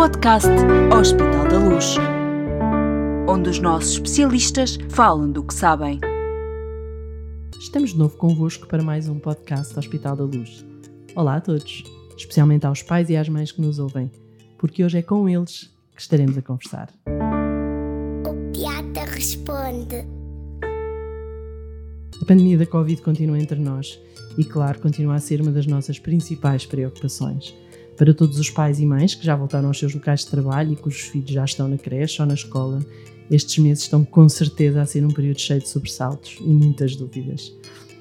podcast Hospital da Luz, onde os nossos especialistas falam do que sabem. Estamos de novo convosco para mais um podcast Hospital da Luz. Olá a todos, especialmente aos pais e às mães que nos ouvem, porque hoje é com eles que estaremos a conversar. O Pediatra Responde. A pandemia da Covid continua entre nós e, claro, continua a ser uma das nossas principais preocupações. Para todos os pais e mães que já voltaram aos seus locais de trabalho e cujos filhos já estão na creche ou na escola, estes meses estão com certeza a ser um período cheio de sobressaltos e muitas dúvidas.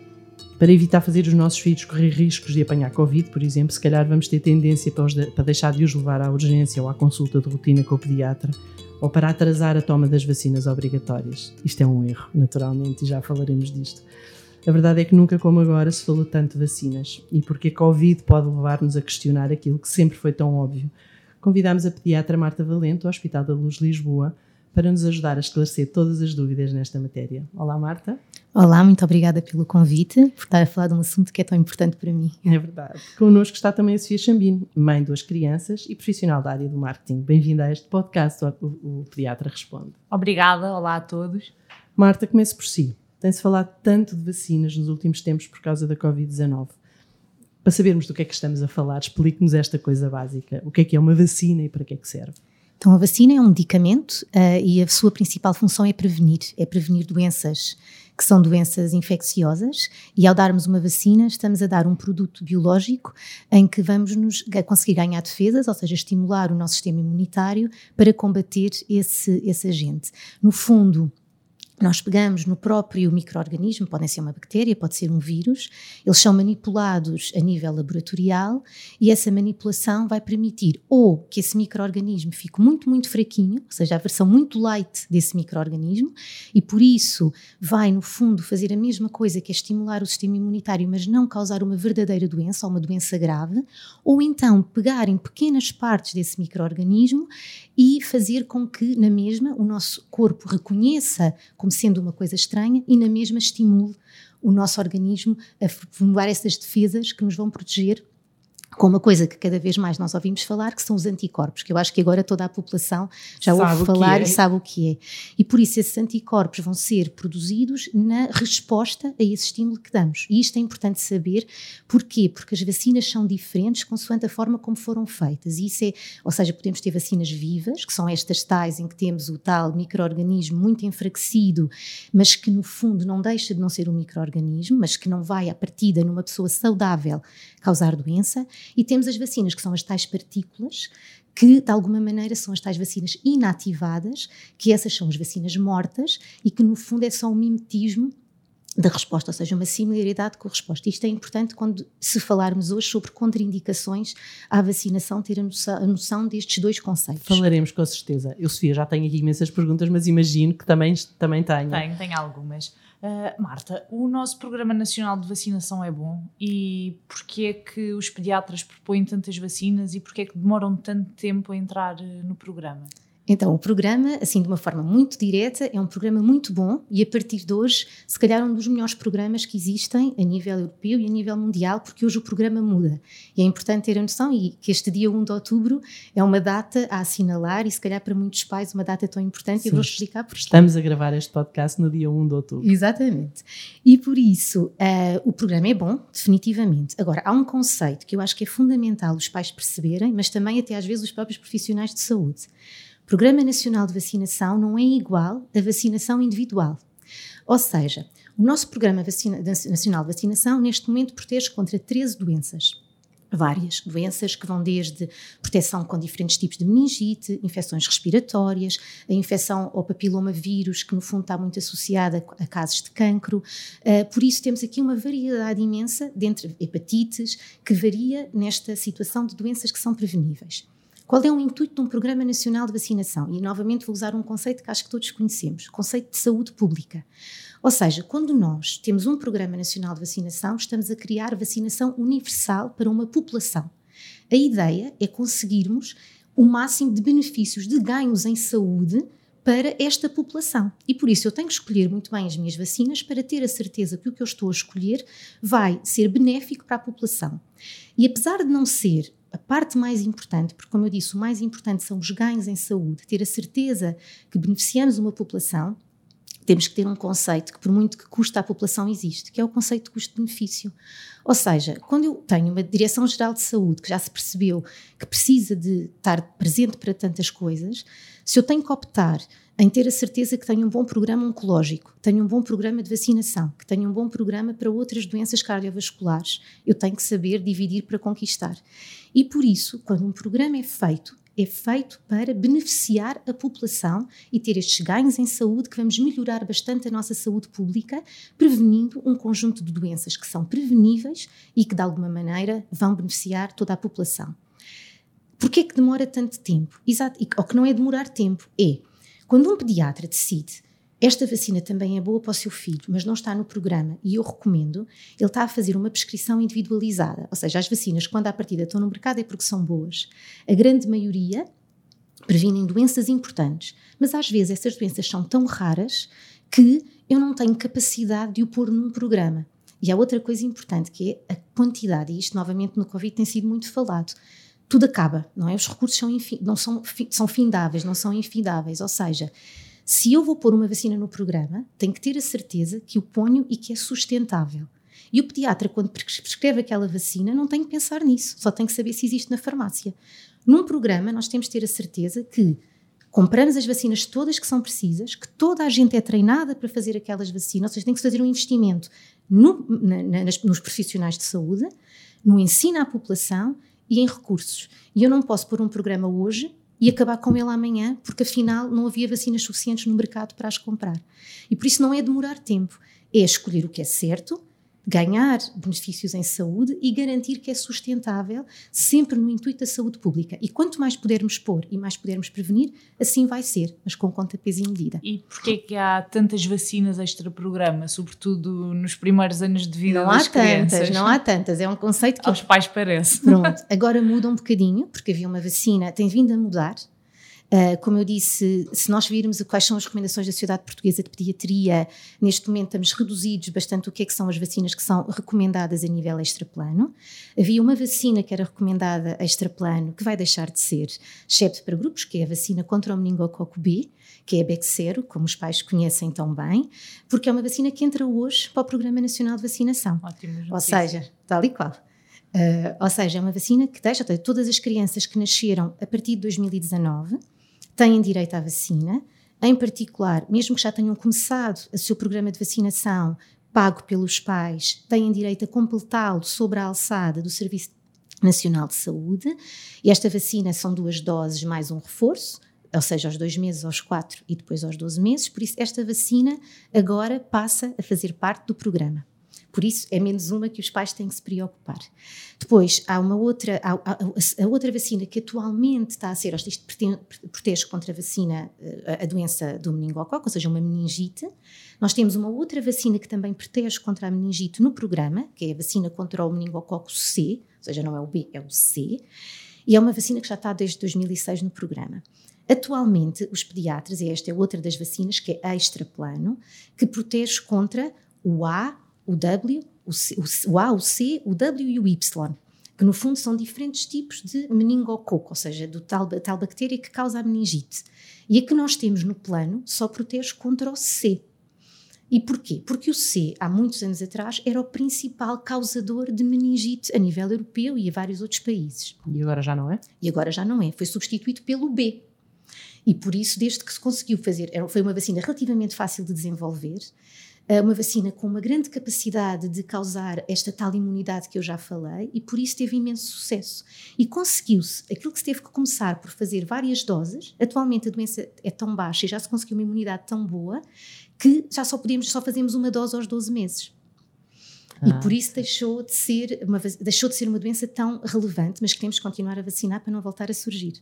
Para evitar fazer os nossos filhos correr riscos de apanhar Covid, por exemplo, se calhar vamos ter tendência para deixar de os levar à urgência ou à consulta de rotina com o pediatra, ou para atrasar a toma das vacinas obrigatórias. Isto é um erro, naturalmente, e já falaremos disto. A verdade é que nunca como agora se falou tanto de vacinas, e porque a Covid pode levar-nos a questionar aquilo que sempre foi tão óbvio. Convidámos a pediatra Marta Valente, do Hospital da Luz Lisboa, para nos ajudar a esclarecer todas as dúvidas nesta matéria. Olá, Marta. Olá, muito obrigada pelo convite, por estar a falar de um assunto que é tão importante para mim. É verdade. Connosco está também a Sofia Chambino, mãe de 2 crianças e profissional da área do marketing. Bem-vinda a este podcast, o Pediatra Responde. Obrigada, olá a todos. Marta, comece por si. Tem-se falado tanto de vacinas nos últimos tempos por causa da Covid-19. Para sabermos do que é que estamos a falar, explique-nos esta coisa básica. O que é uma vacina e para que é que serve? Então, a vacina é um medicamento e a sua principal função é prevenir doenças que são doenças infecciosas, e ao darmos uma vacina estamos a dar um produto biológico em que vamos conseguir ganhar defesas, ou seja, estimular o nosso sistema imunitário para combater esse agente. No fundo, nós pegamos no próprio micro-organismo, podem ser uma bactéria, pode ser um vírus, eles são manipulados a nível laboratorial e essa manipulação vai permitir ou que esse micro-organismo fique muito, muito fraquinho, ou seja, a versão muito light desse micro-organismo, e por isso vai, no fundo, fazer a mesma coisa, que é estimular o sistema imunitário, mas não causar uma verdadeira doença ou uma doença grave, ou então pegar em pequenas partes desse micro-organismo e fazer com que, na mesma, o nosso corpo reconheça como sendo uma coisa estranha e na mesma estimule o nosso organismo a formular essas defesas que nos vão proteger, com uma coisa que cada vez mais nós ouvimos falar, que são os anticorpos, que eu acho que agora toda a população já ouve falar e sabe o que é. E por isso esses anticorpos vão ser produzidos na resposta a esse estímulo que damos. E isto é importante saber. Porquê? Porque as vacinas são diferentes consoante a forma como foram feitas. E isso é, ou seja, podemos ter vacinas vivas, que são estas tais em que temos o tal micro-organismo muito enfraquecido, mas que no fundo não deixa de não ser um micro-organismo, mas que não vai à partida numa pessoa saudável causar doença. E temos as vacinas, que são as tais partículas, que de alguma maneira são as tais vacinas inativadas, que essas são as vacinas mortas e que no fundo é só um mimetismo da resposta, ou seja, uma similaridade com a resposta. Isto é importante quando se falarmos hoje sobre contraindicações à vacinação, ter a noção destes dois conceitos. Falaremos com certeza. Eu, Sofia, já tenho aqui imensas perguntas, mas imagino que também tenho. Tenho algumas. Marta, o nosso Programa Nacional de Vacinação é bom, e porquê é que os pediatras propõem tantas vacinas e porquê é que demoram tanto tempo a entrar no programa? Então, o programa, assim de uma forma muito direta, é um programa muito bom e a partir de hoje, se calhar um dos melhores programas que existem a nível europeu e a nível mundial, porque hoje o programa muda. E é importante ter a noção e que este dia 1 de outubro é uma data a assinalar e se calhar para muitos pais uma data tão importante. Sim, eu vou explicar porquê. Estamos a gravar este podcast no dia 1 de outubro. Exatamente. E por isso, o programa é bom, definitivamente. Agora, há um conceito que eu acho que é fundamental os pais perceberem, mas também até às vezes os próprios profissionais de saúde. O Programa Nacional de Vacinação não é igual à vacinação individual. Ou seja, o nosso Programa Nacional de Vacinação neste momento protege contra 13 doenças. Várias doenças que vão desde proteção com diferentes tipos de meningite, infecções respiratórias, a infecção ao papilomavírus, que no fundo está muito associada a casos de cancro. Por isso temos aqui uma variedade imensa dentre hepatites, que varia nesta situação de doenças que são preveníveis. Qual é o intuito de um Programa Nacional de Vacinação? E novamente vou usar um conceito que acho que todos conhecemos, o conceito de saúde pública. Ou seja, quando nós temos um Programa Nacional de Vacinação, estamos a criar vacinação universal para uma população. A ideia é conseguirmos o máximo de benefícios, de ganhos em saúde para esta população. E por isso eu tenho que escolher muito bem as minhas vacinas para ter a certeza que o que eu estou a escolher vai ser benéfico para a população. E apesar de não ser a parte mais importante, porque como eu disse, o mais importante são os ganhos em saúde, ter a certeza que beneficiamos uma população, temos que ter um conceito que por muito que custa à população existe, que é o conceito de custo-benefício. Ou seja, quando eu tenho uma Direção-Geral de Saúde que já se percebeu que precisa de estar presente para tantas coisas, se eu tenho que optar em ter a certeza que tenho um bom programa oncológico, que tenho um bom programa de vacinação, que tenho um bom programa para outras doenças cardiovasculares, eu tenho que saber dividir para conquistar. E por isso, quando um programa é feito para beneficiar a população e ter estes ganhos em saúde que vamos melhorar bastante a nossa saúde pública, prevenindo um conjunto de doenças que são preveníveis e que de alguma maneira vão beneficiar toda a população. Porquê é que demora tanto tempo? Exato, ou que não é demorar tempo, é quando um pediatra decide esta vacina também é boa para o seu filho, mas não está no programa e eu recomendo, ele está a fazer uma prescrição individualizada, ou seja, as vacinas quando à partida estão no mercado é porque são boas. A grande maioria previnem doenças importantes, mas às vezes essas doenças são tão raras que eu não tenho capacidade de o pôr num programa. E há outra coisa importante que é a quantidade, e isto novamente no Covid tem sido muito falado. Tudo acaba, não é? Os recursos são findáveis, não são infindáveis, ou seja, se eu vou pôr uma vacina no programa, tenho que ter a certeza que o ponho e que é sustentável. E o pediatra, quando prescreve aquela vacina, não tem que pensar nisso, só tem que saber se existe na farmácia. Num programa, nós temos que ter a certeza que compramos as vacinas todas que são precisas, que toda a gente é treinada para fazer aquelas vacinas, ou seja, tem que fazer um investimento nos profissionais de saúde, no ensino à população e em recursos. E eu não posso pôr um programa hoje e acabar com ele amanhã, porque afinal não havia vacinas suficientes no mercado para as comprar. E por isso não é demorar tempo, é escolher o que é certo, ganhar benefícios em saúde e garantir que é sustentável, sempre no intuito da saúde pública. E quanto mais pudermos pôr e mais pudermos prevenir, assim vai ser, mas com conta, peso e medida. E porquê é que há tantas vacinas extra-programa, sobretudo nos primeiros anos de vida das crianças? Não há tantas, é um conceito que... Aos pais parece. Pronto, agora muda um bocadinho, porque havia uma vacina, tem vindo a mudar. Como eu disse, se nós virmos quais são as recomendações da Sociedade Portuguesa de Pediatria, neste momento estamos reduzidos bastante o que é que são as vacinas que são recomendadas a nível extraplano. Havia uma vacina que era recomendada extraplano, que vai deixar de ser, exceto para grupos, que é a vacina contra o meningococo B, que é a Bexsero, como os pais conhecem tão bem, porque é uma vacina que entra hoje para o Programa Nacional de Vacinação. Ótimo. Ou seja, tal e qual. Ou seja, é uma vacina que deixa todas as crianças que nasceram a partir de 2019 têm direito à vacina, em particular, mesmo que já tenham começado o seu programa de vacinação pago pelos pais, têm direito a completá-lo sobre a alçada do Serviço Nacional de Saúde, e esta vacina são 2 doses mais um reforço, ou seja, aos 2 meses, aos 4 e depois aos 12 meses, por isso esta vacina agora passa a fazer parte do programa. Por isso, é menos uma que os pais têm que se preocupar. Depois, há uma outra, a outra vacina que atualmente está a ser, isto protege contra a doença do meningococo, ou seja, uma meningite. Nós temos uma outra vacina que também protege contra a meningite no programa, que é a vacina contra o meningococo C, ou seja, não é o B, é o C, e é uma vacina que já está desde 2006 no programa. Atualmente, os pediatras, e esta é outra das vacinas, que é extraplano, que protege contra o A, o W, o A, o C, o W e o Y, que no fundo são diferentes tipos de meningococo, ou seja, tal bactéria que causa a meningite. E a que nós temos no plano só protege contra o C. E porquê? Porque o C, há muitos anos atrás, era o principal causador de meningite a nível europeu e a vários outros países. E agora já não é? E agora já não é, foi substituído pelo B. E por isso, desde que se conseguiu fazer, foi uma vacina relativamente fácil de desenvolver, uma vacina com uma grande capacidade de causar esta tal imunidade que eu já falei, e por isso teve imenso sucesso. E conseguiu-se aquilo que se teve que começar por fazer várias doses. Atualmente a doença é tão baixa e já se conseguiu uma imunidade tão boa que já só fazemos uma dose aos 12 meses. E por isso deixou de ser uma doença tão relevante, mas que temos que continuar a vacinar para não voltar a surgir.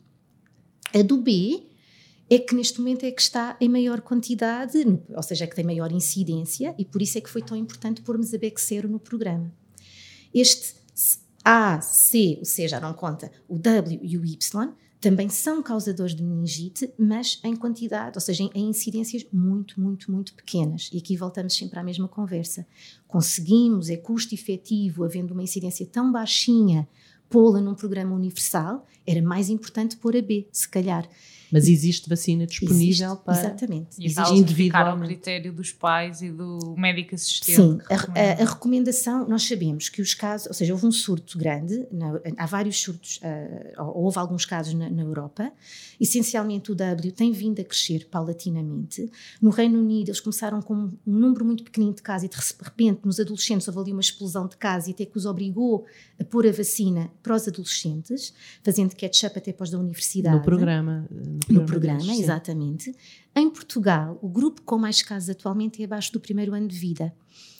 A do B é que neste momento é que está em maior quantidade, ou seja, é que tem maior incidência, e por isso é que foi tão importante pormos a Bexsero no programa. Este A, C, o C já não conta, o W e o Y também são causadores de meningite, mas em quantidade, ou seja, em incidências muito, muito, muito pequenas. E aqui voltamos sempre à mesma conversa. Conseguimos, é custo efetivo, havendo uma incidência tão baixinha, pô-la num programa universal, era mais importante pôr a B, se calhar. Mas existe vacina disponível Existe, para... exatamente. E Existe acaba por ficar ao individualmente. critério dos pais e do médico assistente. Sim, que recomenda. a recomendação, nós sabemos que os casos, ou seja, houve um surto grande, há vários surtos, houve alguns casos na Europa, essencialmente o W tem vindo a crescer paulatinamente. No Reino Unido eles começaram com um número muito pequenino de casos e de repente nos adolescentes houve ali uma explosão de casos e até que os obrigou a pôr a vacina para os adolescentes, fazendo catch-up até pós da universidade. No programa Sim. Exatamente. Em Portugal, o grupo com mais casos atualmente é abaixo do primeiro ano de vida.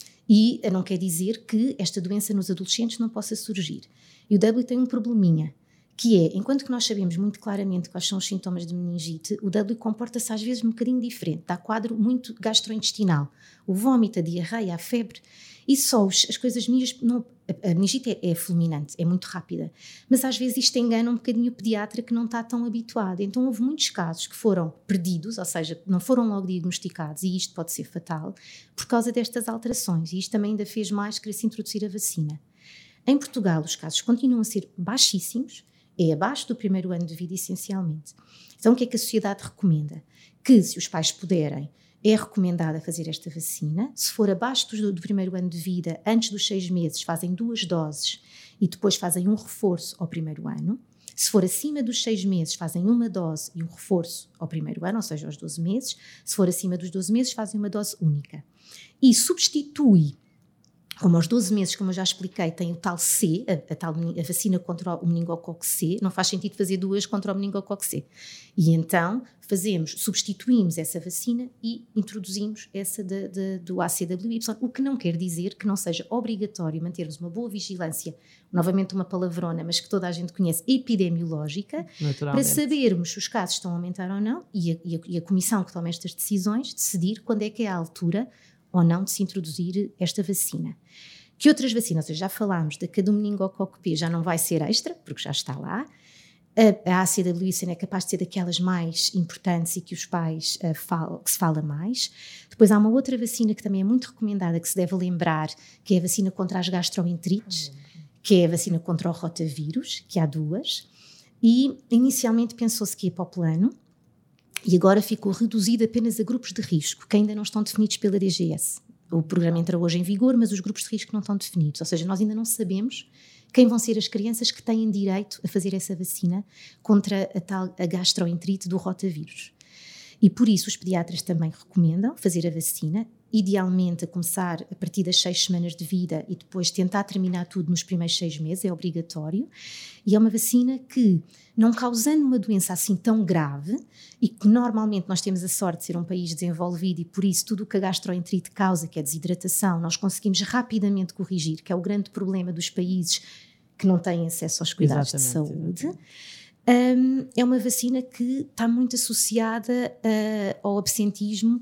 E não quer dizer que esta doença nos adolescentes não possa surgir. E o W tem um probleminha, que é, enquanto que nós sabemos muito claramente quais são os sintomas de meningite, o W comporta-se às vezes um bocadinho diferente, dá quadro muito gastrointestinal. O vômito, a diarreia, a febre, e só as coisas minhas... A meningite é fulminante, é muito rápida, mas às vezes isto engana um bocadinho o pediatra que não está tão habituado. Então houve muitos casos que foram perdidos, ou seja, não foram logo diagnosticados, e isto pode ser fatal, por causa destas alterações, e isto também ainda fez mais querer-se introduzir a vacina. Em Portugal os casos continuam a ser baixíssimos, é abaixo do primeiro ano de vida essencialmente. Então o que é que a sociedade recomenda? Que se os pais puderem, é recomendada fazer esta vacina. Se for abaixo do primeiro ano de vida, antes dos 6 meses, fazem 2 doses e depois fazem um reforço ao primeiro ano. Se for acima dos 6 meses, fazem 1 dose e um reforço ao primeiro ano, ou seja, aos 12 meses. Se for acima dos 12 meses, fazem 1 dose única. E substitui, como aos 12 meses, como eu já expliquei, tem o tal C, a vacina contra o meningococo C, não faz sentido fazer 2 contra o meningococo C. E então substituímos essa vacina e introduzimos essa do ACWY, o que não quer dizer que não seja obrigatório mantermos uma boa vigilância, novamente uma palavrona, mas que toda a gente conhece, epidemiológica, para sabermos se os casos estão a aumentar ou não, e a comissão que toma estas decisões decidir quando é que é a altura ou não de se introduzir esta vacina. Que outras vacinas? Ou seja, já falámos da que a do meningococo P já não vai ser extra, porque já está lá. A ACWY é capaz de ser daquelas mais importantes e que os pais que se fala mais. Depois há uma outra vacina que também é muito recomendada, que se deve lembrar, que é a vacina contra as gastroenterites, que é a vacina contra o rotavírus, que há 2. E inicialmente pensou-se que ia para o plano, e agora ficou reduzido apenas a grupos de risco, que ainda não estão definidos pela DGS. O programa entra hoje em vigor, mas os grupos de risco não estão definidos. Ou seja, nós ainda não sabemos quem vão ser as crianças que têm direito a fazer essa vacina contra a gastroenterite do rotavírus. E por isso os pediatras também recomendam fazer a vacina, idealmente a começar a partir das 6 semanas de vida e depois tentar terminar tudo nos primeiros 6 meses, é obrigatório. E é uma vacina que, não causando uma doença assim tão grave, e que normalmente nós temos a sorte de ser um país desenvolvido e por isso tudo o que a gastroenterite causa, que é desidratação, nós conseguimos rapidamente corrigir, que é o grande problema dos países que não têm acesso aos cuidados de saúde. É uma vacina que está muito associada ao absentismo,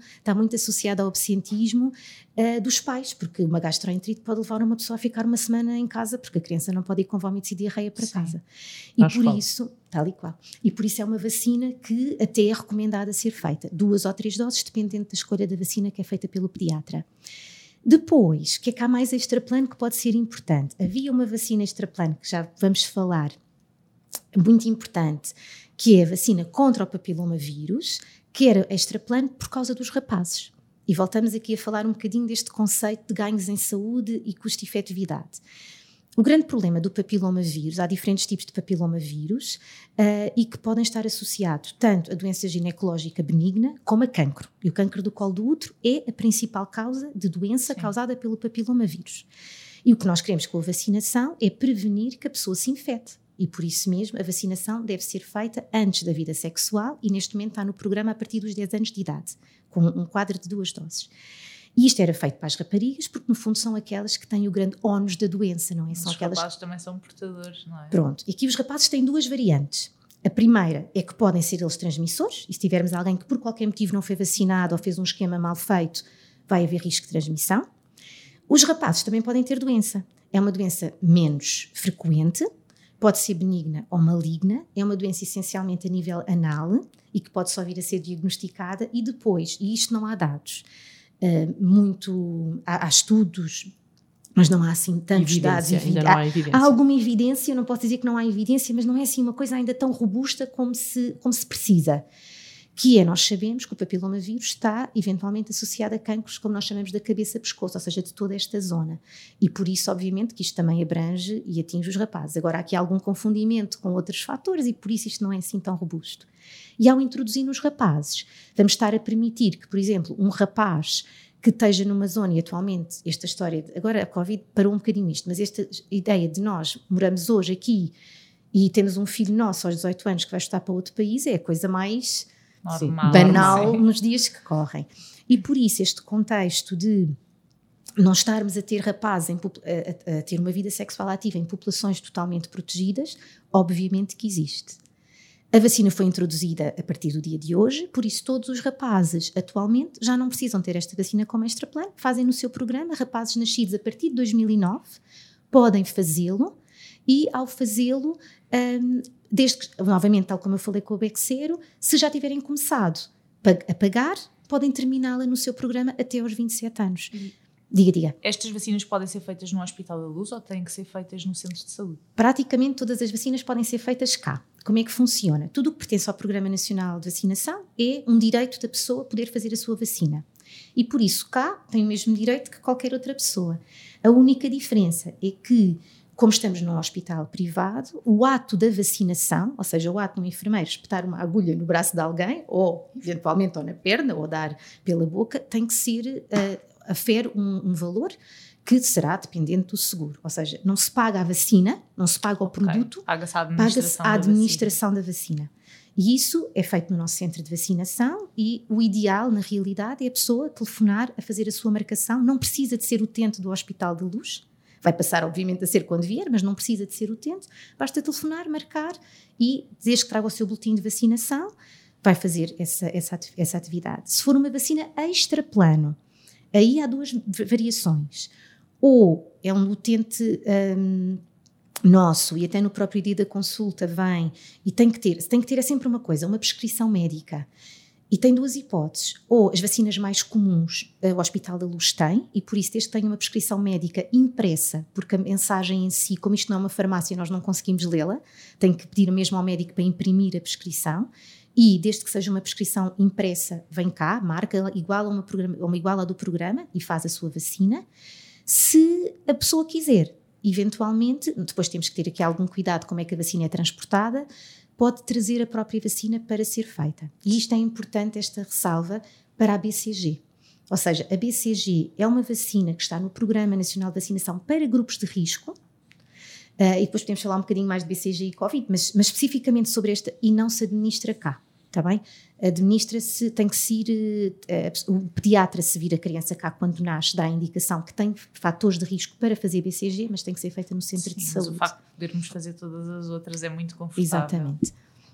dos pais, porque uma gastroenterite pode levar uma pessoa a ficar uma semana em casa, porque a criança não pode ir com vómitos e diarreia para casa. E por isso, tal e qual. E por isso é uma vacina que até é recomendada ser feita. 2 ou 3 doses, dependendo da escolha da vacina que é feita pelo pediatra. Depois, o que é que há mais extraplano que pode ser importante? Havia uma vacina extraplano, que já vamos falar, muito importante, que é a vacina contra o papilomavírus, que era extraplano por causa dos rapazes. E voltamos aqui a falar um bocadinho deste conceito de ganhos em saúde e custo-efetividade. O grande problema do papilomavírus, há diferentes tipos de papilomavírus e que podem estar associados tanto a doença ginecológica benigna como a cancro. E o cancro do colo do útero é a principal causa de doença causada pelo papilomavírus. E o que nós queremos com a vacinação é prevenir que a pessoa se infecte. E por isso mesmo a vacinação deve ser feita antes da vida sexual e neste momento está no programa a partir dos 10 anos de idade, com um quadro de 2 doses. E isto era feito para as raparigas porque no fundo são aquelas que têm o grande ónus da doença, não é? Os rapazes também são portadores, não é? Pronto, e aqui os rapazes têm 2 variantes. A primeira é que podem ser eles transmissores, e se tivermos alguém que por qualquer motivo não foi vacinado ou fez um esquema mal feito, vai haver risco de transmissão. Os rapazes também podem ter doença. É uma doença menos frequente, pode ser benigna ou maligna, é uma doença essencialmente a nível anal e que pode só vir a ser diagnosticada e depois, e isto não há dados, há estudos mas não há assim tantos dados. Ainda não há evidência. Há alguma evidência, eu não posso dizer que não há evidência, mas não é assim uma coisa ainda tão robusta como se precisa. Que é, nós sabemos que o papilomavírus está eventualmente associado a cancros, como nós chamamos da cabeça-pescoço, ou seja, de toda esta zona. E por isso, obviamente, que isto também abrange e atinge os rapazes. Agora, há aqui algum confundimento com outros fatores e por isso isto não é assim tão robusto. E ao introduzir nos rapazes, vamos estar a permitir que, por exemplo, um rapaz que esteja numa zona, e atualmente esta história, agora a Covid parou um bocadinho isto, mas esta ideia de nós moramos hoje aqui e temos um filho nosso aos 18 anos que vai estudar para outro país é a coisa mais normal, banal nos dias que correm. E por isso este contexto de nós estarmos a ter rapazes a ter uma vida sexual ativa em populações totalmente protegidas, obviamente que existe. A vacina foi introduzida a partir do dia de hoje, por isso todos os rapazes atualmente já não precisam ter esta vacina como extraplano, fazem no seu programa, rapazes nascidos a partir de 2009 podem fazê-lo e ao fazê-lo, desde que, novamente, tal como eu falei com o Bexero, se já tiverem começado a pagar, podem terminá-la no seu programa até aos 27 anos. Diga. Estas vacinas podem ser feitas no Hospital da Luz ou têm que ser feitas no centro de saúde? Praticamente todas as vacinas podem ser feitas cá. Como é que funciona? Tudo o que pertence ao Programa Nacional de Vacinação é um direito da pessoa poder fazer a sua vacina. E por isso cá tem o mesmo direito que qualquer outra pessoa. A única diferença é que, como estamos num hospital privado, o ato da vacinação, ou seja, o ato de um enfermeiro espetar uma agulha no braço de alguém, ou eventualmente ou na perna, ou dar pela boca, tem que ser, afere um valor que será dependente do seguro. Ou seja, não se paga a vacina, não se paga o produto, paga-se a administração da vacina. E isso é feito no nosso centro de vacinação e o ideal, na realidade, é a pessoa telefonar a fazer a sua marcação. Não precisa de ser utente do Hospital da Luz. Vai passar, obviamente, a ser quando vier, mas não precisa de ser utente. Basta telefonar, marcar e, desde que traga o seu boletim de vacinação, vai fazer essa atividade. Se for uma vacina extraplano, aí há duas variações. Ou é um utente nosso e até no próprio dia da consulta vem e tem que ter é sempre uma coisa, uma prescrição médica. E tem duas hipóteses, ou as vacinas mais comuns o Hospital da Luz tem, e por isso desde que tenha uma prescrição médica impressa, porque a mensagem em si, como isto não é uma farmácia, nós não conseguimos lê-la, tem que pedir mesmo ao médico para imprimir a prescrição, e desde que seja uma prescrição impressa, vem cá, marca igual a do programa e faz a sua vacina. Se a pessoa quiser, eventualmente, depois temos que ter aqui algum cuidado como é que a vacina é transportada, pode trazer a própria vacina para ser feita. E isto é importante, esta ressalva, para a BCG. Ou seja, a BCG é uma vacina que está no Programa Nacional de Vacinação para grupos de risco, e depois podemos falar um bocadinho mais de BCG e Covid, mas especificamente sobre esta, e não se administra cá, está bem? Administra-se, tem que ser, o pediatra, se vir a criança cá quando nasce, dá a indicação que tem fatores de risco para fazer BCG, mas tem que ser feita no centro de saúde. Mas o facto de podermos fazer todas as outras é muito confortável. Exatamente.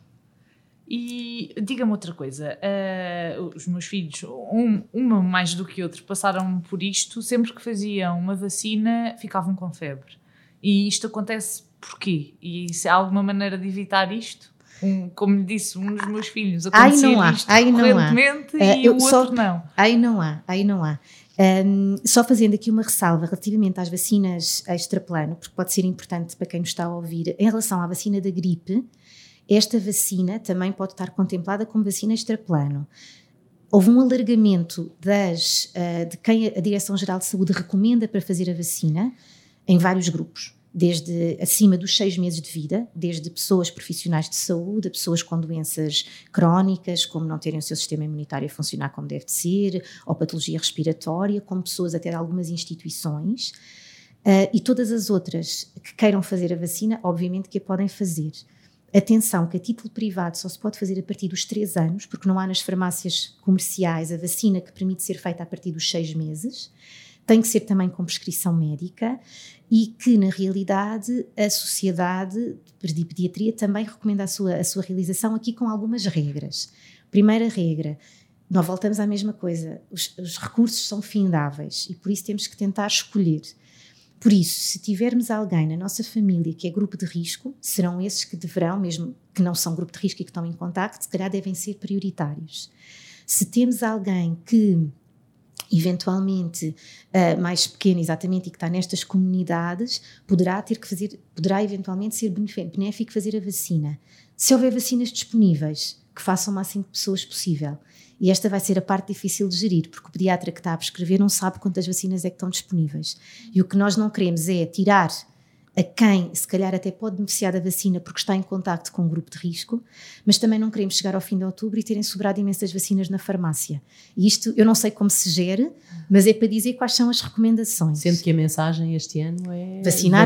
E diga-me outra coisa, os meus filhos, uma mais do que outro, passaram por isto, sempre que faziam uma vacina ficavam com febre. E isto acontece porquê? E se há alguma maneira de evitar isto? Como lhe disse, um dos meus filhos aconteceu isto recorrentemente e o outro não. Aí não há. Só fazendo aqui uma ressalva relativamente às vacinas extraplano, porque pode ser importante para quem nos está a ouvir, em relação à vacina da gripe, esta vacina também pode estar contemplada como vacina extraplano. Houve um alargamento de quem a Direção-Geral de Saúde recomenda para fazer a vacina em vários grupos. Desde acima dos 6 meses de vida, desde pessoas profissionais de saúde, a pessoas com doenças crónicas, como não terem o seu sistema imunitário a funcionar como deve de ser, ou patologia respiratória, como pessoas até de algumas instituições, e todas as outras que queiram fazer a vacina, obviamente que a podem fazer. Atenção, que a título privado só se pode fazer a partir dos 3 anos, porque não há nas farmácias comerciais a vacina que permite ser feita a partir dos 6 meses. Tem que ser também com prescrição médica e que, na realidade, a Sociedade de Pediatria também recomenda a sua realização aqui com algumas regras. Primeira regra, nós voltamos à mesma coisa, os recursos são findáveis e por isso temos que tentar escolher. Por isso, se tivermos alguém na nossa família que é grupo de risco, serão esses que deverão, mesmo que não são grupo de risco e que estão em contacto, se calhar devem ser prioritários. Se temos alguém que eventualmente mais pequeno, exatamente, e que está nestas comunidades, poderá eventualmente ser benéfico fazer a vacina. Se houver vacinas disponíveis, que façam o máximo de pessoas possível. E esta vai ser a parte difícil de gerir, porque o pediatra que está a prescrever não sabe quantas vacinas é que estão disponíveis. E o que nós não queremos é tirar a quem, se calhar, até pode beneficiar da vacina porque está em contacto com um grupo de risco, mas também não queremos chegar ao fim de outubro e terem sobrado imensas vacinas na farmácia. E isto, eu não sei como se gere, mas é para dizer quais são as recomendações. Sendo que a mensagem este ano é... Vacinar.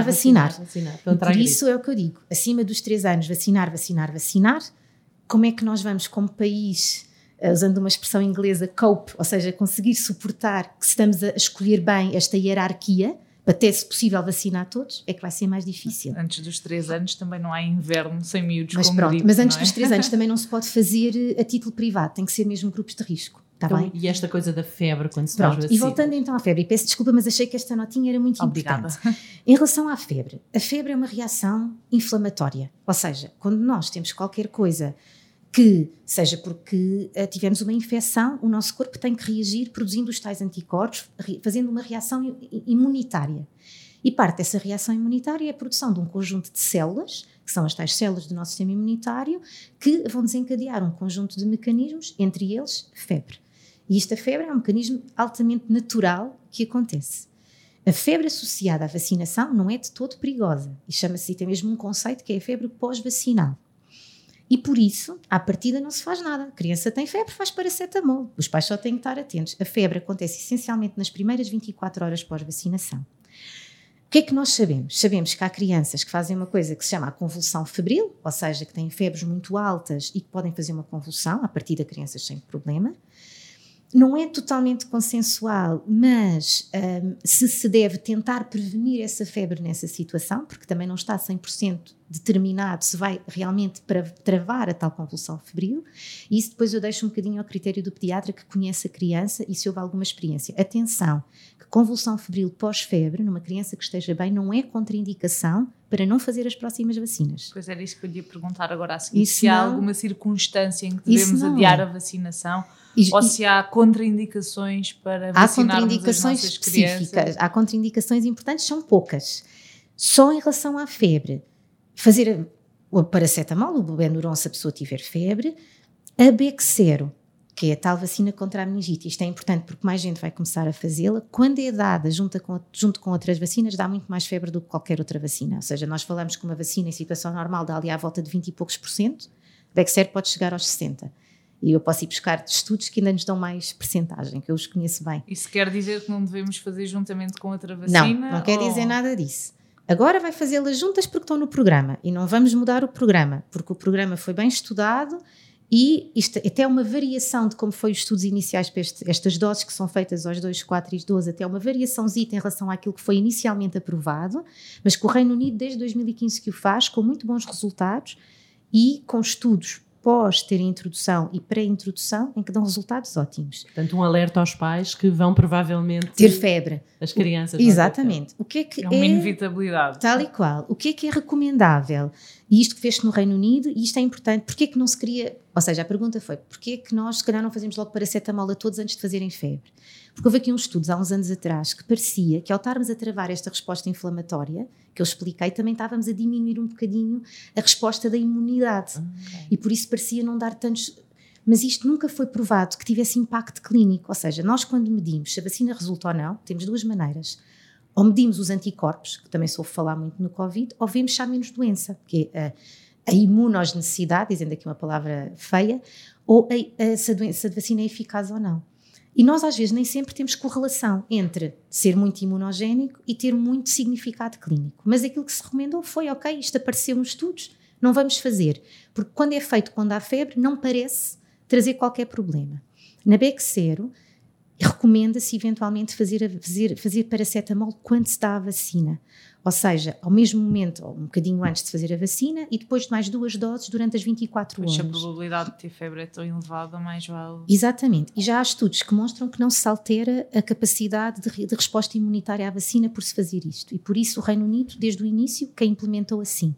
Por isso é o que eu digo, acima dos 3 anos, vacinar. Como é que nós vamos, como país, usando uma expressão inglesa, cope, ou seja, conseguir suportar que estamos a escolher bem esta hierarquia, até se possível vacinar todos, é que vai ser mais difícil. Antes dos 3 anos também não há inverno sem miúdos mas com pronto, gripe, mas antes não é? dos 3 anos também não se pode fazer a título privado, tem que ser mesmo grupos de risco. Está bem? E esta coisa da febre quando se faz vacina? E voltando então à febre, e peço desculpa, mas achei que esta notinha era muito importante. Em relação à febre, a febre é uma reação inflamatória, ou seja, quando nós temos qualquer coisa que seja porque tivemos uma infecção, o nosso corpo tem que reagir produzindo os tais anticorpos, fazendo uma reação imunitária. E parte dessa reação imunitária é a produção de um conjunto de células, que são as tais células do nosso sistema imunitário, que vão desencadear um conjunto de mecanismos, entre eles febre. E esta febre é um mecanismo altamente natural que acontece. A febre associada à vacinação não é de todo perigosa, e chama-se, tem mesmo um conceito que é a febre pós-vacinal. E por isso, à partida não se faz nada. A criança tem febre, faz paracetamol. Os pais só têm que estar atentos. A febre acontece essencialmente nas primeiras 24 horas pós-vacinação. O que é que nós sabemos? Sabemos que há crianças que fazem uma coisa que se chama a convulsão febril, ou seja, que têm febres muito altas e que podem fazer uma convulsão, a partir de crianças sem problema. Não é totalmente consensual, mas se deve tentar prevenir essa febre nessa situação, porque também não está 100% determinado se vai realmente travar a tal convulsão febril, e isso depois eu deixo um bocadinho ao critério do pediatra que conhece a criança e se houve alguma experiência. Atenção, que convulsão febril pós-febre, numa criança que esteja bem, não é contraindicação para não fazer as próximas vacinas. Pois era isso que eu lhe ia perguntar agora a seguir, se há alguma circunstância em que devemos adiar a vacinação, ou se há contraindicações para vacinarmos as nossas crianças. Há contraindicações importantes, são poucas. Só em relação à febre, fazer o paracetamol, o Benuron se a pessoa tiver febre, a Bexsero, que é a tal vacina contra a meningite. Isto é importante porque mais gente vai começar a fazê-la. Quando é dada junto com outras vacinas, dá muito mais febre do que qualquer outra vacina. Ou seja, nós falamos que uma vacina em situação normal dá ali à volta de 20 e poucos %, a Bexsero pode chegar aos 60%. E eu posso ir buscar estudos que ainda nos dão mais percentagem, que eu os conheço bem. Isso quer dizer que não devemos fazer juntamente com outra vacina? Não quer dizer nada disso. Agora vai fazê-las juntas porque estão no programa e não vamos mudar o programa, porque o programa foi bem estudado e isto até uma variação de como foi os estudos iniciais para estas doses que são feitas aos 2, 4 e 12, até uma variaçãozita em relação àquilo que foi inicialmente aprovado, mas que o Reino Unido desde 2015 que o faz, com muito bons resultados e com estudos pós ter introdução e pré-introdução em que dão resultados ótimos. Portanto, um alerta aos pais que vão provavelmente ter febre. As crianças. Exatamente. O que é que é uma inevitabilidade. Tal e qual. O que é recomendável? E isto que fez-se no Reino Unido, e isto é importante, porque é que não se queria... Ou seja, a pergunta foi, porque é que nós, se calhar, não fazemos logo paracetamol a todos antes de fazerem febre? Porque houve aqui uns estudos há uns anos atrás que parecia que ao estarmos a travar esta resposta inflamatória, que eu expliquei, também estávamos a diminuir um bocadinho a resposta da imunidade. Okay. E por isso parecia não dar tantos... Mas isto nunca foi provado que tivesse impacto clínico. Ou seja, nós quando medimos se a vacina resulta ou não, temos duas maneiras. Ou medimos os anticorpos, que também se ouve falar muito no Covid, ou vemos se há menos doença, que é a imunogenicidade, dizendo aqui uma palavra feia, ou se a vacina é eficaz ou não. E nós às vezes nem sempre temos correlação entre ser muito imunogénico e ter muito significado clínico. Mas aquilo que se recomendou foi, ok, isto apareceu nos estudos, não vamos fazer. Porque quando é feito quando há febre, não parece trazer qualquer problema. Na Bexsero, recomenda-se eventualmente fazer paracetamol quando se dá a vacina. Ou seja, ao mesmo momento, ou um bocadinho antes de fazer a vacina e depois de mais 2 doses durante as 24 horas. Pois a probabilidade de ter febre é tão elevada, mais vale... Exatamente. E já há estudos que mostram que não se altera a capacidade de resposta imunitária à vacina por se fazer isto. E por isso o Reino Unido, desde o início, que a implementou assim.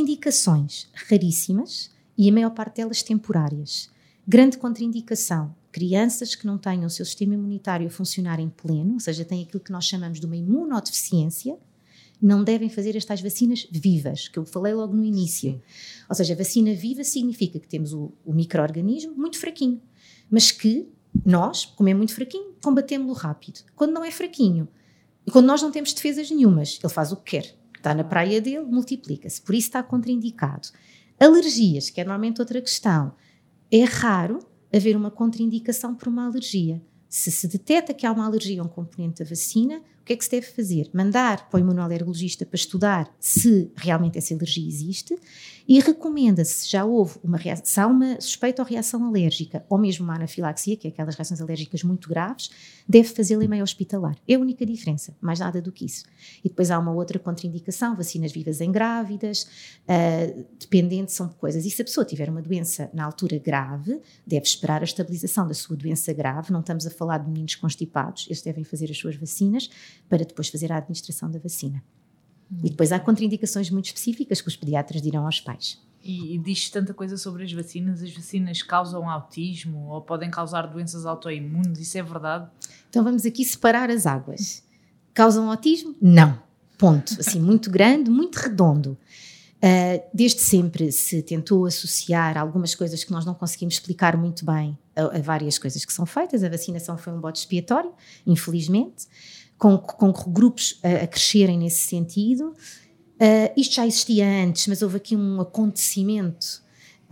Contraindicações raríssimas e a maior parte delas temporárias. Grande contraindicação, crianças que não tenham o seu sistema imunitário a funcionar em pleno, ou seja, têm aquilo que nós chamamos de uma imunodeficiência, não devem fazer estas vacinas vivas, que eu falei logo no início. Sim. Ou seja, a vacina viva significa que temos o micro-organismo muito fraquinho, mas que nós, como é muito fraquinho, combatemos-lo rápido. Quando não é fraquinho, e quando nós não temos defesas nenhumas, ele faz o que quer. Está na praia dele, multiplica-se. Por isso está contraindicado. Alergias, que é normalmente outra questão. É raro haver uma contraindicação por uma alergia. Se detecta que há uma alergia a um componente da vacina, o que é que se deve fazer? Mandar para o imunoalergologista para estudar se realmente essa alergia existe e recomenda-se, se já houve se há uma suspeita ou reação alérgica, ou mesmo uma anafilaxia, que é aquelas reações alérgicas muito graves, deve fazê-la em meio hospitalar. É a única diferença, mais nada do que isso. E depois há uma outra contraindicação, vacinas vivas em grávidas, dependente, são coisas. E se a pessoa tiver uma doença na altura grave, deve esperar a estabilização da sua doença grave, não estamos a falar de meninos constipados, eles devem fazer as suas vacinas para depois fazer a administração da vacina. E depois há contraindicações muito específicas que os pediatras dirão aos pais. E diz tanta coisa sobre as vacinas causam autismo ou podem causar doenças autoimunes, isso é verdade? Então vamos aqui separar as águas. Causam autismo? Não. Ponto. Assim, muito grande, muito redondo. Desde sempre se tentou associar algumas coisas que nós não conseguimos explicar muito bem a várias coisas que são feitas. A vacinação foi um bode expiatório, infelizmente, com grupos a crescerem nesse sentido. Isto já existia antes, mas houve aqui um acontecimento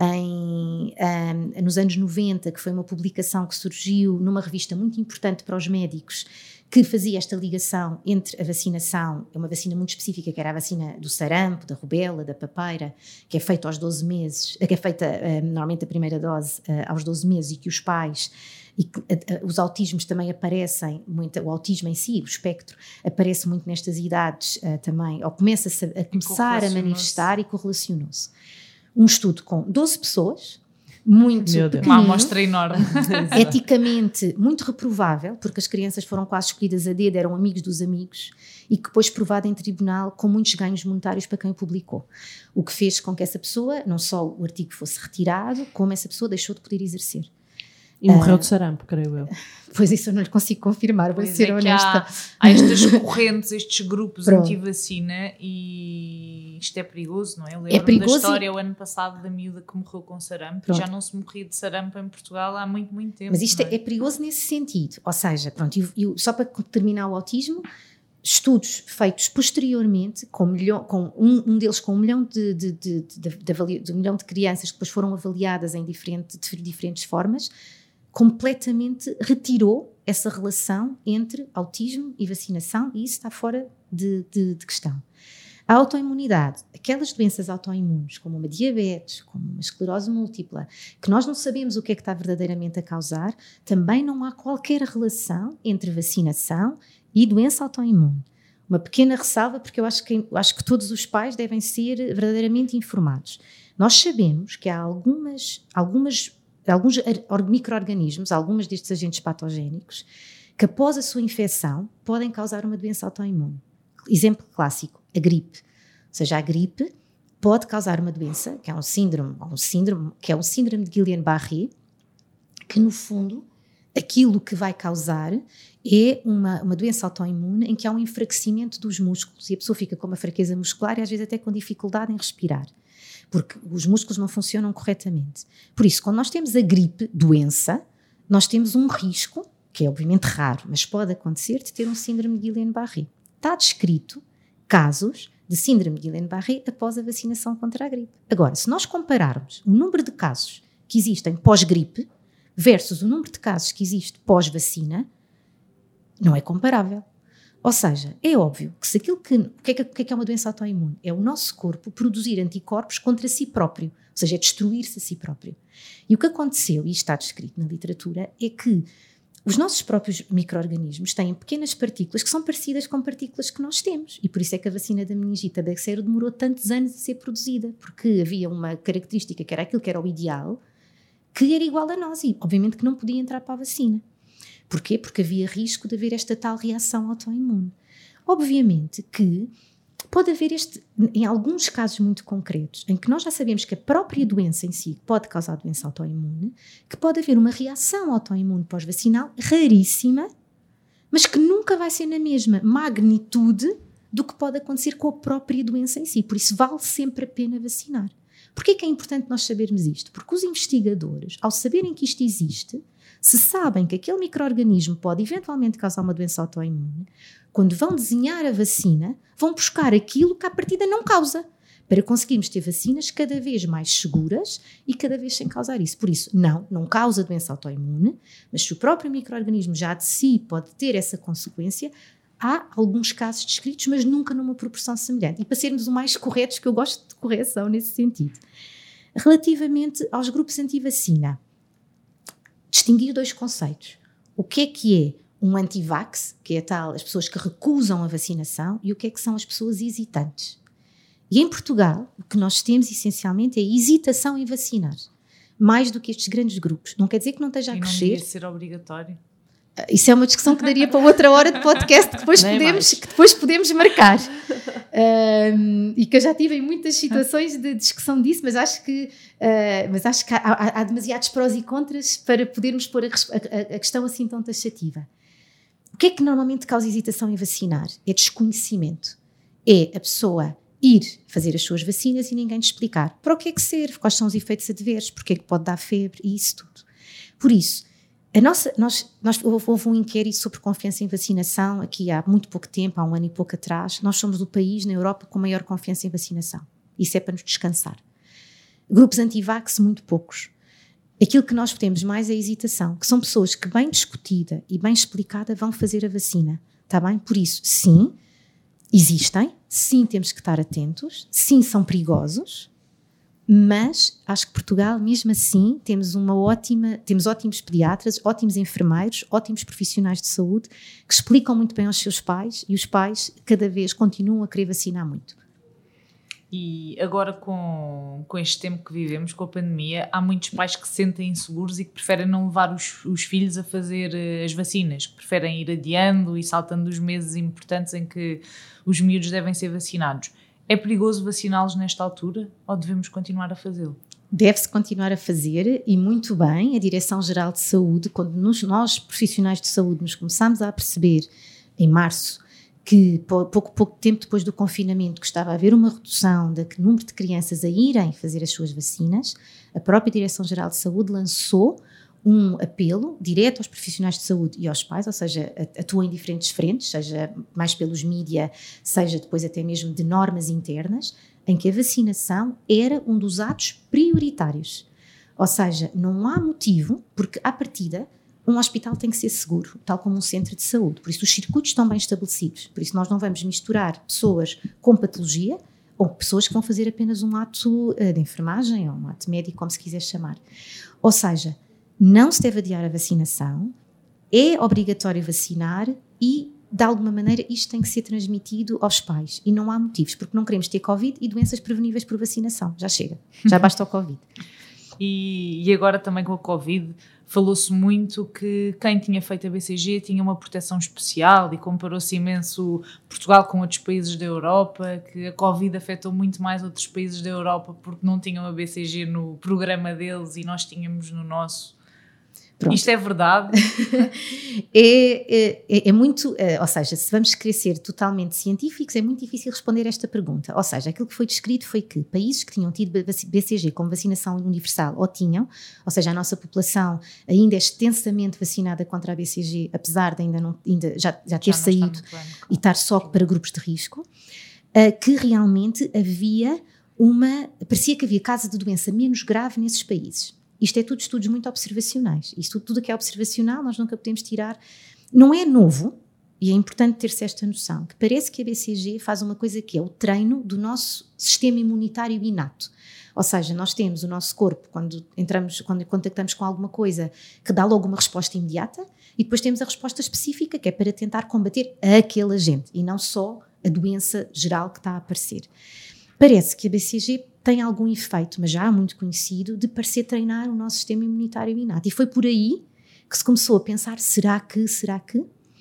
nos anos 90, que foi uma publicação que surgiu numa revista muito importante para os médicos, que fazia esta ligação entre a vacinação, uma vacina muito específica, que era a vacina do sarampo, da rubéola, da papeira, que é feita aos 12 meses, que é feita normalmente a primeira dose aos 12 meses, e que os pais, e que os autismos também aparecem muito, o autismo em si, o espectro, aparece muito nestas idades também, ou começa a começar a manifestar e correlacionou-se. Um estudo com 12 pessoas, muito pequenino, uma amostra enorme, eticamente muito reprovável, porque as crianças foram quase escolhidas a dedo, eram amigos dos amigos, e que depois provado em tribunal com muitos ganhos monetários para quem o publicou. O que fez com que essa pessoa, não só o artigo fosse retirado, como essa pessoa deixou de poder exercer. E morreu de sarampo, creio eu. Pois isso eu não lhe consigo confirmar, vou ser honesta. Há estas correntes, estes grupos anti-vacina, e isto é perigoso, não é? Eu lembro da história o ano passado da miúda que morreu com sarampo. Já não se morria de sarampo em Portugal há muito, muito tempo. Mas isto é perigoso nesse sentido. Ou seja, pronto, só para terminar o autismo, estudos feitos posteriormente, um deles com 1 milhão de milhão de crianças que depois foram avaliadas de diferentes formas, completamente retirou essa relação entre autismo e vacinação, e isso está fora de questão. A autoimunidade, aquelas doenças autoimunes, como uma diabetes, como uma esclerose múltipla, que nós não sabemos o que é que está verdadeiramente a causar, também não há qualquer relação entre vacinação e doença autoimune. Uma pequena ressalva, porque eu acho que todos os pais devem ser verdadeiramente informados. Nós sabemos que há alguns micro-organismos, alguns destes agentes patogénicos, que após a sua infecção podem causar uma doença autoimune. Exemplo clássico, a gripe. Ou seja, a gripe pode causar uma doença, que é um síndrome de Guillain-Barré, que no fundo aquilo que vai causar é uma doença autoimune em que há um enfraquecimento dos músculos e a pessoa fica com uma fraqueza muscular e às vezes até com dificuldade em respirar, porque os músculos não funcionam corretamente. Por isso, quando nós temos a gripe, doença, nós temos um risco, que é obviamente raro, mas pode acontecer, de ter um síndrome de Guillain-Barré. Está descrito casos de síndrome de Guillain-Barré após a vacinação contra a gripe. Agora, se nós compararmos o número de casos que existem pós-gripe versus o número de casos que existe pós-vacina, não é comparável. Ou seja, é óbvio que se aquilo o que é uma doença autoimune? É o nosso corpo produzir anticorpos contra si próprio, ou seja, é destruir-se a si próprio. E o que aconteceu, e está descrito na literatura, é que os nossos próprios micro-organismos têm pequenas partículas que são parecidas com partículas que nós temos. E por isso é que a vacina da meningite da Bexsero demorou tantos anos a ser produzida, porque havia uma característica que era aquilo que era o ideal, que era igual a nós e obviamente que não podia entrar para a vacina. Porquê? Porque havia risco de haver esta tal reação autoimune. Obviamente que Pode haver em alguns casos muito concretos, em que nós já sabemos que a própria doença em si pode causar doença autoimune, que pode haver uma reação autoimune pós-vacinal raríssima, mas que nunca vai ser na mesma magnitude do que pode acontecer com a própria doença em si. Por isso vale sempre a pena vacinar. Porquê que é importante nós sabermos isto? Porque os investigadores, ao saberem que isto existe, se sabem que aquele micro-organismo pode eventualmente causar uma doença autoimune, quando vão desenhar a vacina, vão buscar aquilo que à partida não causa, para conseguirmos ter vacinas cada vez mais seguras e cada vez sem causar isso. Por isso, não causa doença autoimune, mas se o próprio micro-organismo já de si pode ter essa consequência, há alguns casos descritos, mas nunca numa proporção semelhante. E para sermos o mais corretos, que eu gosto de correção nesse sentido. Relativamente aos grupos anti-vacina, distinguir 2 conceitos. O que é um anti-vax, que é as pessoas que recusam a vacinação, e o que são as pessoas hesitantes. E em Portugal, o que nós temos essencialmente é hesitação em vacinar, mais do que estes grandes grupos. Não quer dizer que não esteja a crescer. E não devia ser obrigatório. Isso é uma discussão que daria para outra hora de podcast que depois podemos marcar. E que eu já tive em muitas situações de discussão disso, mas acho que há demasiados prós e contras para podermos pôr a questão assim tão taxativa. O que é que normalmente causa hesitação em vacinar? É desconhecimento. É a pessoa ir fazer as suas vacinas e ninguém te explicar para o que é que serve, quais são os efeitos adversos, porque é que pode dar febre e isso tudo. Por isso, houve um inquérito sobre confiança em vacinação aqui há muito pouco tempo, há 1 ano e pouco atrás. Nós somos o país na Europa com maior confiança em vacinação. Isso é para nos descansar. Grupos anti-vax, muito poucos. Aquilo que nós temos mais é a hesitação, que são pessoas que bem discutida e bem explicada vão fazer a vacina. Está bem? Por isso, sim, existem, sim, temos que estar atentos, sim, são perigosos, mas acho que Portugal, mesmo assim, temos ótimos pediatras, ótimos enfermeiros, ótimos profissionais de saúde que explicam muito bem aos seus pais, e os pais cada vez continuam a querer vacinar muito. E agora com este tempo que vivemos, com a pandemia, há muitos pais que se sentem inseguros e que preferem não levar os filhos a fazer as vacinas, que preferem ir adiando e saltando os meses importantes em que os miúdos devem ser vacinados. É perigoso vaciná-los nesta altura ou devemos continuar a fazê-lo? Deve-se continuar a fazer, e muito bem. A Direção-Geral de Saúde, quando nós profissionais de saúde nos começámos a perceber em março que pouco tempo depois do confinamento que estava a haver uma redução do número de crianças a irem fazer as suas vacinas, a própria Direção-Geral de Saúde lançou um apelo direto aos profissionais de saúde e aos pais, ou seja, atua em diferentes frentes, seja mais pelos mídia, seja depois até mesmo de normas internas, em que a vacinação era um dos atos prioritários. Ou seja, não há motivo, porque à partida um hospital tem que ser seguro, tal como um centro de saúde. Por isso os circuitos estão bem estabelecidos. Por isso nós não vamos misturar pessoas com patologia ou pessoas que vão fazer apenas um ato de enfermagem ou um ato médico, como se quiser chamar. Ou seja, não se deve adiar a vacinação, é obrigatório vacinar e, de alguma maneira, isto tem que ser transmitido aos pais. E não há motivos, porque não queremos ter Covid e doenças preveníveis por vacinação. Já chega, já basta o Covid. E agora também com a Covid, falou-se muito que quem tinha feito a BCG tinha uma proteção especial e comparou-se imenso Portugal com outros países da Europa, que a Covid afetou muito mais outros países da Europa porque não tinham a BCG no programa deles e nós tínhamos no nosso. Pronto. Isto é verdade? É muito, ou seja, se vamos querer ser totalmente científicos, é muito difícil responder esta pergunta. Ou seja, aquilo que foi descrito foi que países que tinham tido BCG como vacinação universal ou seja, a nossa população ainda é extensamente vacinada contra a BCG, apesar de já ter saído e estar só para grupos de risco, que realmente parecia que havia casos de doença menos grave nesses países. Isto é tudo estudos muito observacionais. Isto tudo que é observacional nós nunca podemos tirar. Não é novo, e é importante ter-se esta noção, que parece que a BCG faz uma coisa que é o treino do nosso sistema imunitário inato. Ou seja, nós temos o nosso corpo, quando contactamos com alguma coisa, que dá logo uma resposta imediata, e depois temos a resposta específica, que é para tentar combater aquele agente, e não só a doença geral que está a aparecer. Parece que a BCG tem algum efeito, mas já há muito conhecido, de parecer treinar o nosso sistema imunitário inato. E foi por aí que se começou a pensar, será que?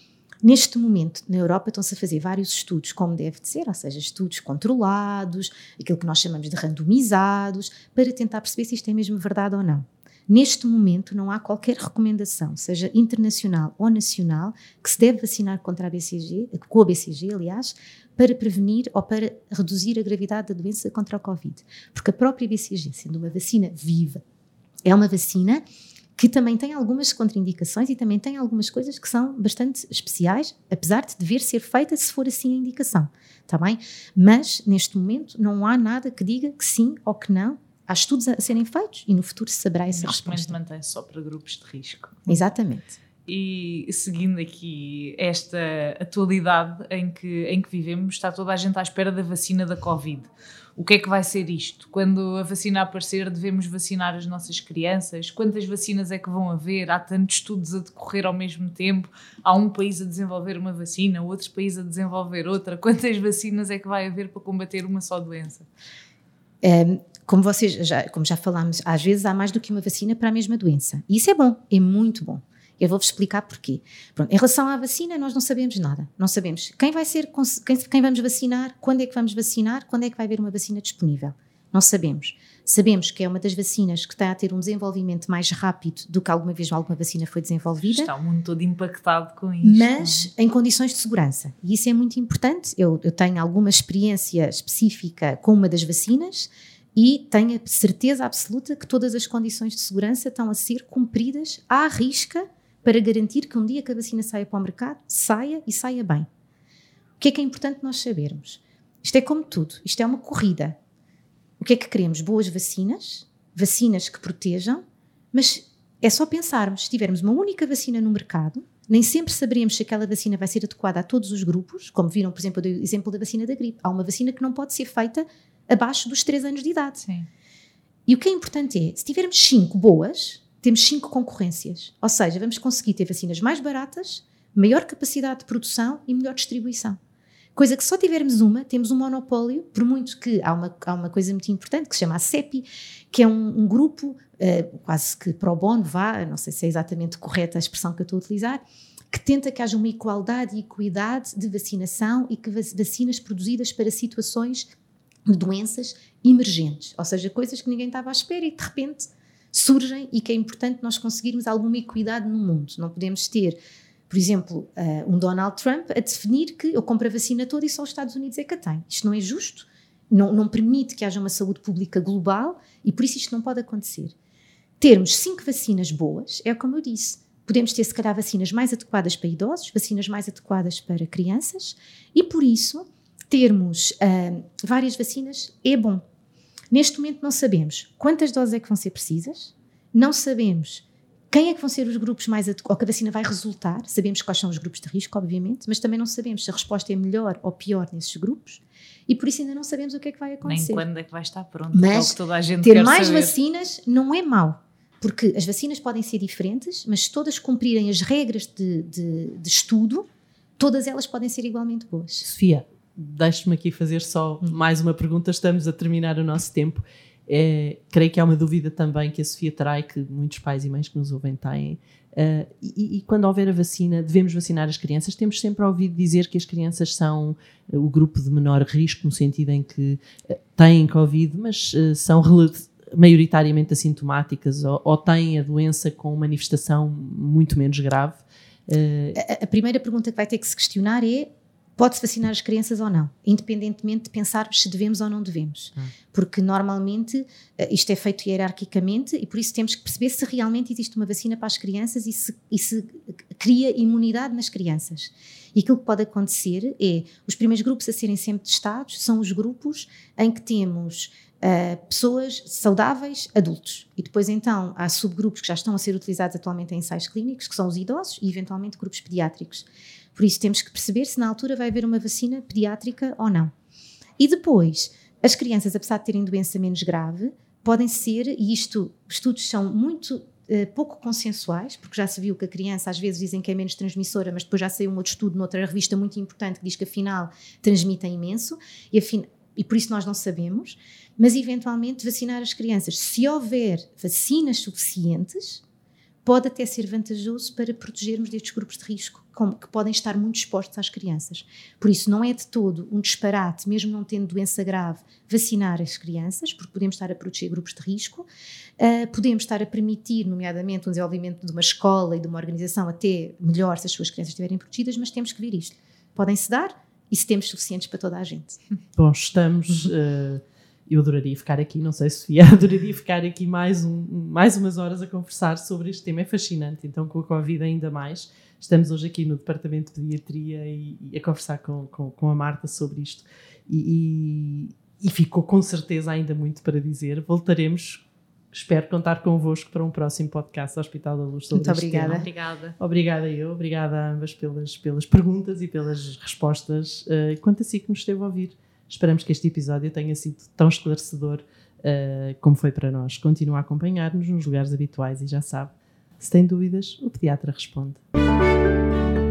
Neste momento, na Europa, estão-se a fazer vários estudos, como deve de ser, ou seja, estudos controlados, aquilo que nós chamamos de randomizados, para tentar perceber se isto é mesmo verdade ou não. Neste momento, não há qualquer recomendação, seja internacional ou nacional, que se deve vacinar contra a BCG, com a BCG, aliás, para prevenir ou para reduzir a gravidade da doença contra o Covid. Porque a própria BCG, sendo uma vacina viva, é uma vacina que também tem algumas contraindicações e também tem algumas coisas que são bastante especiais, apesar de dever ser feita se for assim a indicação, está bem? Mas, neste momento, não há nada que diga que sim ou que não. Há estudos a serem feitos e no futuro se saberá essa resposta. Neste momento mantém-se só para grupos de risco. Exatamente. E seguindo aqui esta atualidade em que vivemos, está toda a gente à espera da vacina da Covid. O que é que vai ser isto? Quando a vacina aparecer, devemos vacinar as nossas crianças? Quantas vacinas é que vão haver? Há tantos estudos a decorrer ao mesmo tempo. Há um país a desenvolver uma vacina, outro país a desenvolver outra. Quantas vacinas é que vai haver para combater uma só doença? Como já falámos, às vezes há mais do que uma vacina para a mesma doença. E isso é bom, é muito bom. Eu vou-vos explicar porquê. Pronto, em relação à vacina, nós não sabemos nada. Não sabemos quem vamos vacinar, quando é que vamos vacinar, quando é que vai haver uma vacina disponível. Não sabemos. Sabemos que é uma das vacinas que está a ter um desenvolvimento mais rápido do que alguma vez alguma vacina foi desenvolvida. Está o mundo todo impactado com isto. Mas em condições de segurança. E isso é muito importante. Eu tenho alguma experiência específica com uma das vacinas e tenho a certeza absoluta que todas as condições de segurança estão a ser cumpridas à risca para garantir que um dia que a vacina saia para o mercado, saia e saia bem. O que é importante nós sabermos? Isto é como tudo, isto é uma corrida. O que é que queremos? Boas vacinas, vacinas que protejam, mas é só pensarmos, se tivermos uma única vacina no mercado, nem sempre saberemos se aquela vacina vai ser adequada a todos os grupos, como viram, por exemplo, o exemplo da vacina da gripe. Há uma vacina que não pode ser feita abaixo dos 3 anos de idade. Sim. E o que é importante é, se tivermos 5 boas, temos 5 concorrências. Ou seja, vamos conseguir ter vacinas mais baratas, maior capacidade de produção e melhor distribuição. Coisa que só tivermos uma, temos um monopólio, por muito que há uma coisa muito importante que se chama a CEPI, que é um grupo, quase que pro bono, não sei se é exatamente correta a expressão que eu estou a utilizar, que tenta que haja uma igualdade e equidade de vacinação e que vacinas produzidas para situações de doenças emergentes, ou seja, coisas que ninguém estava à espera e de repente surgem e que é importante nós conseguirmos alguma equidade no mundo. Não podemos ter, por exemplo, um Donald Trump a definir que eu compro a vacina toda e só os Estados Unidos é que a tem. Isto não é justo, não permite que haja uma saúde pública global e por isso isto não pode acontecer. Termos 5 vacinas boas, é como eu disse, podemos ter se calhar vacinas mais adequadas para idosos, vacinas mais adequadas para crianças e por isso termos várias vacinas é bom. Neste momento não sabemos quantas doses é que vão ser precisas, não sabemos quem é que vão ser os grupos mais adequados, ou que a vacina vai resultar, sabemos quais são os grupos de risco, obviamente, mas também não sabemos se a resposta é melhor ou pior nesses grupos e por isso ainda não sabemos o que é que vai acontecer. Nem quando é que vai estar pronto, mas é o que toda a gente ter quer mais saber. Vacinas não é mau, porque as vacinas podem ser diferentes, mas se todas cumprirem as regras de estudo, todas elas podem ser igualmente boas. Sofia, deixe-me aqui fazer só mais uma pergunta, estamos a terminar o nosso tempo. Creio que é uma dúvida também que a Sofia terá e que muitos pais e mães que nos ouvem têm. E quando houver a vacina, devemos vacinar as crianças? Temos sempre ouvido dizer que as crianças são o grupo de menor risco, no sentido em que têm Covid, mas são maioritariamente assintomáticas ou têm a doença com manifestação muito menos grave. A primeira pergunta que vai ter que se questionar é: pode-se vacinar as crianças ou não? Independentemente de pensarmos se devemos ou não devemos. Porque normalmente isto é feito hierarquicamente e por isso temos que perceber se realmente existe uma vacina para as crianças e se cria imunidade nas crianças. E aquilo que pode acontecer é, os primeiros grupos a serem sempre testados são os grupos em que temos pessoas saudáveis, adultos. E depois então há subgrupos que já estão a ser utilizados atualmente em ensaios clínicos, que são os idosos e eventualmente grupos pediátricos. Por isso temos que perceber se na altura vai haver uma vacina pediátrica ou não. E depois, as crianças, apesar de terem doença menos grave, podem ser, e isto, estudos são muito pouco consensuais, porque já se viu que a criança às vezes dizem que é menos transmissora, mas depois já saiu um outro estudo noutra revista muito importante que diz que afinal transmitem imenso, e por isso nós não sabemos, mas eventualmente vacinar as crianças, se houver vacinas suficientes, pode até ser vantajoso para protegermos destes grupos de risco, que podem estar muito expostos às crianças. Por isso, não é de todo um disparate, mesmo não tendo doença grave, vacinar as crianças, porque podemos estar a proteger grupos de risco, podemos estar a permitir, nomeadamente, um desenvolvimento de uma escola e de uma organização até melhor se as suas crianças estiverem protegidas, mas temos que ver isto. Podem-se dar e se temos suficientes para toda a gente. Bom, estamos... eu adoraria ficar aqui, não sei, Sofia, adoraria ficar aqui mais umas horas a conversar sobre este tema, é fascinante, então com a Covid ainda mais. Estamos hoje aqui no Departamento de Pediatria e a conversar com a Marta sobre isto e ficou com certeza ainda muito para dizer. Voltaremos, espero contar convosco para um próximo podcast do Hospital da Luz sobre Muito este obrigada. tema. Obrigada a ambas pelas perguntas e pelas respostas. Quanto a si que nos esteve a ouvir, esperamos que este episódio tenha sido tão esclarecedor como foi para nós. Continua a acompanhar-nos nos lugares habituais e já sabe, se tem dúvidas, o pediatra responde.